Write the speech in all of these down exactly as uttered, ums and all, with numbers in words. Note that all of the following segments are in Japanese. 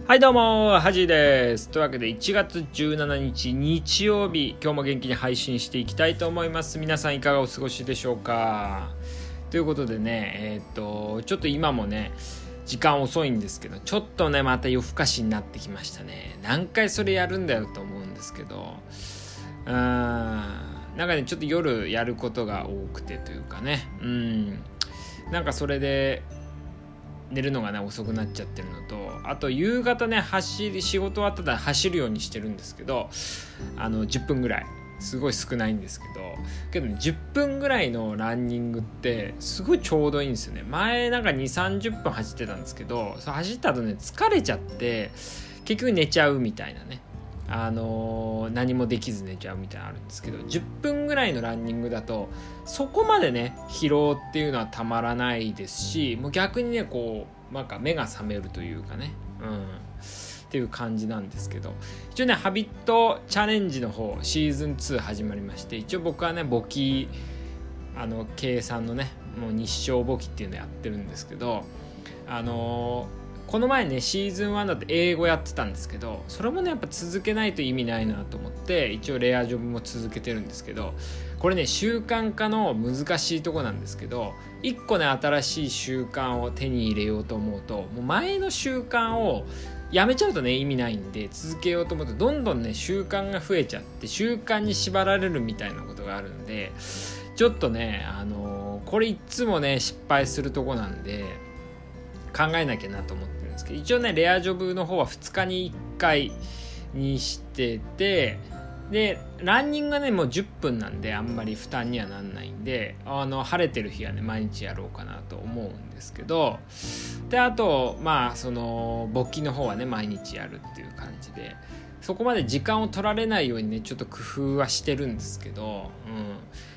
はいどうもはじです。というわけでいちがつじゅうしちにち日曜日、今日も元気に配信していきたいと思います。皆さんいかがお過ごしでしょうか。ということでねえー、っとちょっと今もね時間遅いんですけど、ちょっとねまた夜更かしになってきましたね。何回それやるんだよと思うんですけど、うーんなんかねちょっと夜やることが多くてというかね、うんなんかそれで寝るのがね遅くなっちゃってるのと、あと夕方ね走り仕事終わったら走るようにしてるんですけど、あのじゅっぷんぐらい、すごい少ないんですけどけどねじゅっぷんぐらいのランニングってすごいちょうどいいんですよね。前なんかにじゅう、さんじゅっぷん走ってたんですけど、そ走った後ね疲れちゃって結局寝ちゃうみたいなね、あのー、何もできず寝ちゃうみたいなのあるんですけど、じゅっぷんぐらいのランニングだとそこまでね疲労っていうのはたまらないですし、もう逆にねこうなんか目が覚めるというかね、うんっていう感じなんですけど、一応ねハビットチャレンジの方シーズンツー始まりまして、一応僕はね簿記あの計算のねもう日照簿記っていうのやってるんですけど、あのーこの前ねシーズンワンだって英語やってたんですけど、それもねやっぱ続けないと意味ないなと思って一応レアジョブも続けてるんですけど、これね習慣化の難しいとこなんですけど、一個ね新しい習慣を手に入れようと思うと、もう前の習慣をやめちゃうとね意味ないんで、続けようと思うとどんどんね習慣が増えちゃって習慣に縛られるみたいなことがあるんで、ちょっとねあのー、これいつもね失敗するとこなんで考えなきゃなと思ってるんですけど、一応ねレアジョブの方はふつかにいっかいにしてて、でランニングがねもうじゅっぷんなんであんまり負担にはなんないんで、あの晴れてる日はね毎日やろうかなと思うんですけど、であとまあその簿記の方はね毎日やるっていう感じで、そこまで時間を取られないようにねちょっと工夫はしてるんですけど、うん、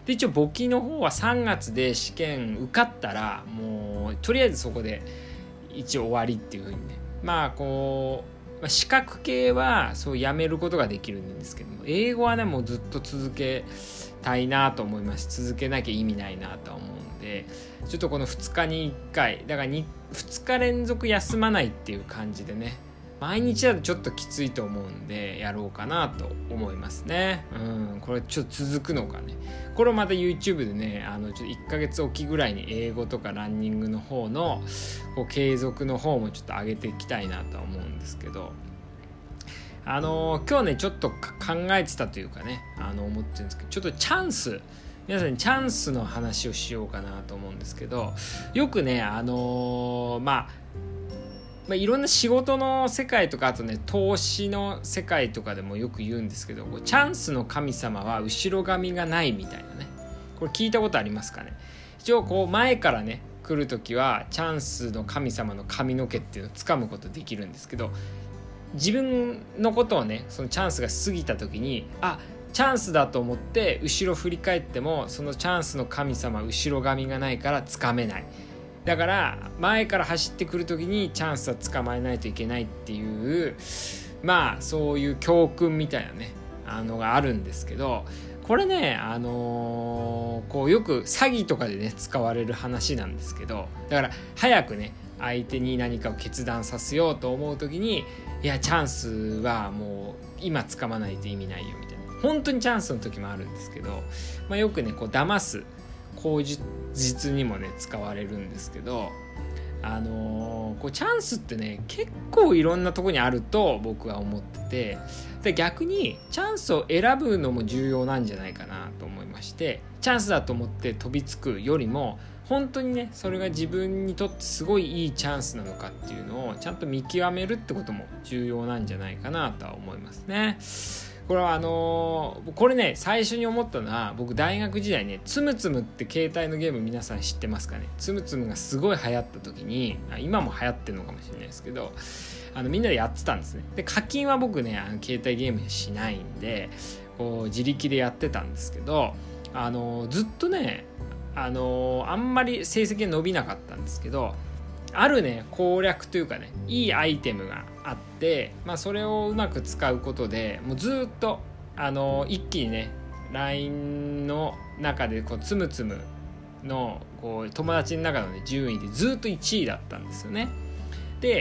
で一応簿記の方はさんがつで試験受かったらもうとりあえずそこで一応終わりっていう風にね、まあこう資格系はそうやめることができるんですけども、英語はねもうずっと続けたいなと思います。続けなきゃ意味ないなと思うんで、ちょっとこのふつかにいっかいだからにふつか連続休まないっていう感じでね、毎日だとちょっときついと思うんでやろうかなと思いますね。うんこれちょっと続くのかね、これをまた YouTube でねあのちょっといっかげつおきぐらいに英語とかランニングの方のこう継続の方もちょっと上げていきたいなとは思うんですけど、あのー、今日ねちょっと考えてたというかねあの思ってるんですけど、ちょっとチャンス皆さんにチャンスの話をしようかなと思うんですけど、よくねあのー、まあまあ、いろんな仕事の世界とかあとね投資の世界とかでもよく言うんですけど、チャンスの神様は後ろ髪がないみたいなね、これ聞いたことありますかね。一応こう前からね来るときはチャンスの神様の髪の毛っていうのを掴むことできるんですけど、自分のことをねそのチャンスが過ぎたときにあチャンスだと思って後ろ振り返ってもそのチャンスの神様後ろ髪がないから掴めない。だから前から走ってくるときにチャンスは捕まえないといけないっていう、まあそういう教訓みたいなねあのがあるんですけど、これねあのー、こうよく詐欺とかでね使われる話なんですけど、だから早くね相手に何かを決断させようと思うときに、いやチャンスはもう今掴まないと意味ないよみたいな、本当にチャンスの時もあるんですけど、まあ、よくねこう騙す口実にもね使われるんですけど、あのー、こうチャンスってね結構いろんなとこにあると僕は思ってて、で逆にチャンスを選ぶのも重要なんじゃないかなと思いまして、チャンスだと思って飛びつくよりも本当にねそれが自分にとってすごいいいチャンスなのかっていうのをちゃんと見極めるってことも重要なんじゃないかなとは思いますね。これはあのー、これね最初に思ったのは、僕大学時代ねつむつむって携帯のゲーム皆さん知ってますかね。つむつむがすごい流行った時に、今も流行ってるのかもしれないですけど、あのみんなでやってたんですね。で課金は僕ねあの携帯ゲームしないんでこう自力でやってたんですけど、あのー、ずっとねあのー、あんまり成績が伸びなかったんですけど、あるね攻略というかねいいアイテムがあって、まあ、それをうまく使うことでもうずっとあの一気にね ライン の中でこうつむつむのこう友達の中の、ね、順位でずっといちいだったんですよね。で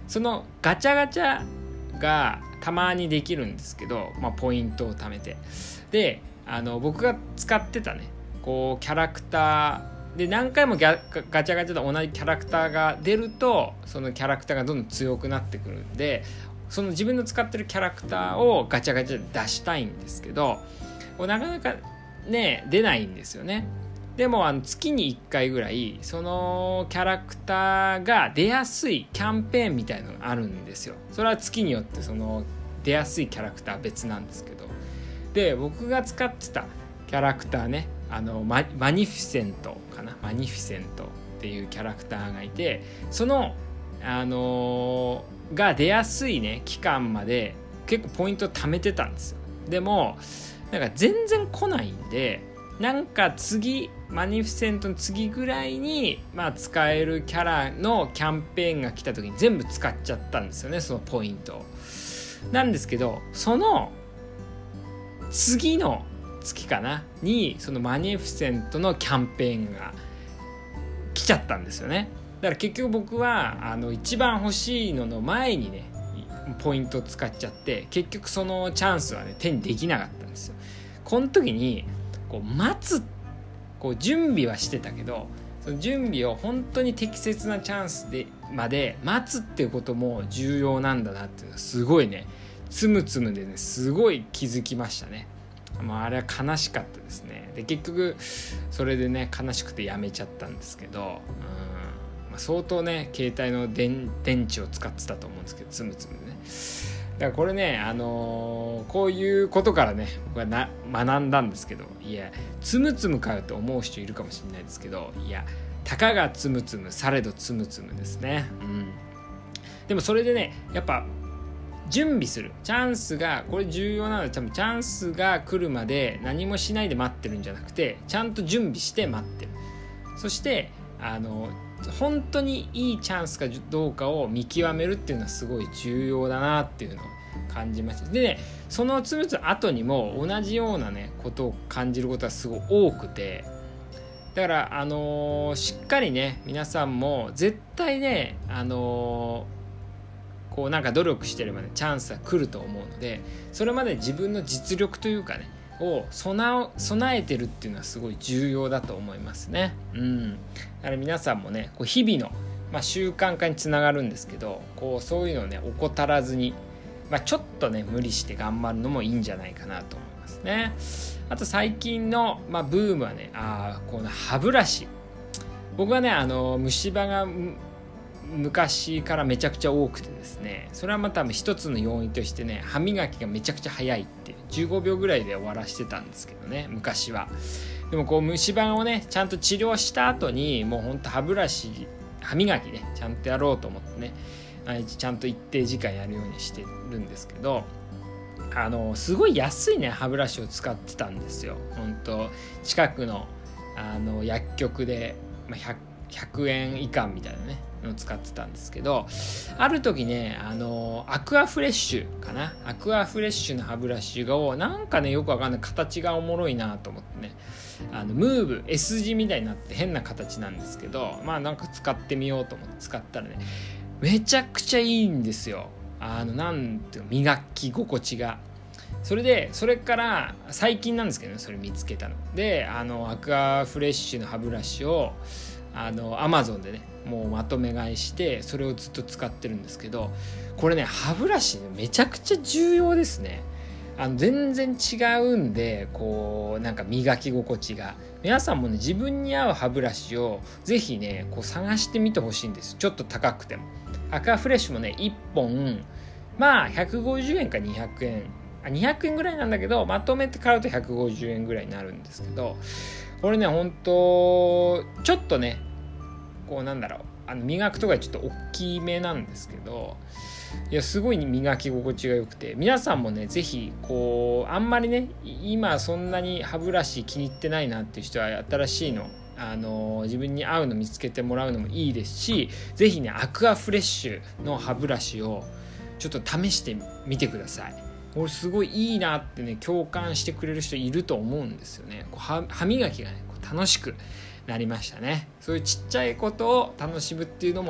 そのガチャガチャがたまにできるんですけど、まあ、ポイントを貯めて、であの僕が使ってたねこうキャラクターで何回もギャガチャガチャと同じキャラクターが出るとそのキャラクターがどんどん強くなってくるんで、その自分の使ってるキャラクターをガチャガチャで出したいんですけど、なかなかね出ないんですよね。でもあの月にいっかいぐらいそのキャラクターが出やすいキャンペーンみたいなのがあるんですよ。それは月によってその出やすいキャラクターは別なんですけど、で僕が使ってたキャラクターね、あの マ, マニフィセントかなマニフィセントっていうキャラクターがいて、そのあのー、が出やすいね期間まで結構ポイントを貯めてたんですよ。でもなんか全然来ないんで、なんか次マニフィセントの次ぐらいに、まあ、使えるキャラのキャンペーンが来た時に全部使っちゃったんですよね、そのポイントなんですけど、その次の月かなにそのマニフィセントのキャンペーンが来ちゃったんですよね。だから結局僕はあの一番欲しいのの前にねポイントを使っちゃって、結局そのチャンスはね手にできなかったんですよ。この時にこう待つこう準備はしてたけど、その準備を本当に適切なチャンスでまで待つっていうことも重要なんだなっていうのはすごいねつむつむでねすごい気づきましたね。まあ、あれは悲しかったですね。で結局それでね悲しくてやめちゃったんですけど、うん、まあ、相当ね携帯の 電, 電池を使ってたと思うんですけど、つむつむね。だからこれね、あのー、こういうことからね僕はな学んだんですけど、いやつむつむかよと思う人いるかもしれないですけど、いやたかがつむつむされどつむつむですね、うん、でもそれでねやっぱ準備するチャンスがこれ重要なので、多分チャンスが来るまで何もしないで待ってるんじゃなくて、ちゃんと準備して待ってる。そしてあの本当にいいチャンスかどうかを見極めるっていうのはすごい重要だなっていうのを感じました。でね、そのつむつむ後にも同じようなねことを感じることはすごい多くて、だからあのー、しっかりね皆さんも絶対ねあのーこうなんか努力してればねチャンスは来ると思うので、それまで自分の実力というかねを備え、備えてるっていうのはすごい重要だと思いますね。うん。だから皆さんもねこう日々の、まあ、習慣化につながるんですけど、こうそういうのをね怠らずに、まあ、ちょっとね無理して頑張るのもいいんじゃないかなと思いますね。あと最近の、まあ、ブームはねあこの歯ブラシ。僕はねあの虫歯が昔からめちゃくちゃ多くてですね、それはまた一つの要因としてね歯磨きがめちゃくちゃ早いってじゅうごびょうぐらいで終わらしてたんですけどね昔は。でもこう虫歯をねちゃんと治療した後にもうほんと歯ブラシ歯磨きねちゃんとやろうと思ってね毎日ちゃんと一定時間やるようにしてるんですけど、あのすごい安いね歯ブラシを使ってたんですよ。ほんと近くのあの薬局で、まあ、ひゃくひゃくえん以下みたいなねのを使ってたんですけど、ある時ねあのアクアフレッシュかなアクアフレッシュの歯ブラシがなんかねよくわかんない形がおもろいなと思ってね、あのムーブ S 字みたいになって変な形なんですけど、まあなんか使ってみようと思って使ったらねめちゃくちゃいいんですよ。あのなんていうの磨き心地が。それでそれから最近なんですけどねそれ見つけたので、あのアクアフレッシュの歯ブラシをあの Amazon でねもうまとめ買いしてそれをずっと使ってるんですけど、これね歯ブラシめちゃくちゃ重要ですね。あの全然違うんでこうなんか磨き心地が、皆さんもね自分に合う歯ブラシをぜひねこう探してみてほしいんです。ちょっと高くてもアクアフレッシュもねいっぽんまあひゃくごじゅうえんかにひゃくえんあにひゃくえんぐらいなんだけど、まとめて買うとひゃくごじゅうえんぐらいになるんですけど、これね本当ちょっとねこうなんだろうあの磨くとかちょっと大きめなんですけど、いやすごい磨き心地が良くて、皆さんもねぜひこうあんまりね今そんなに歯ブラシ気に入ってないなっていう人は新しいのあの自分に合うの見つけてもらうのもいいですし、ぜひねアクアフレッシュの歯ブラシをちょっと試してみてください。これすごいいいなってね共感してくれる人いると思うんですよね。こう 歯, 歯磨きがねこう楽しくなりましたね。そういうちっちゃいことを楽しむっていうのも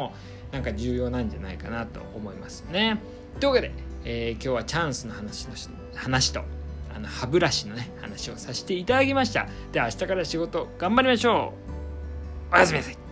なんか重要なんじゃないかなと思いますね。というわけで、えー、今日はチャンスの話の話とあの歯ブラシのね話をさせていただきました。では明日から仕事頑張りましょう。おやすみなさい。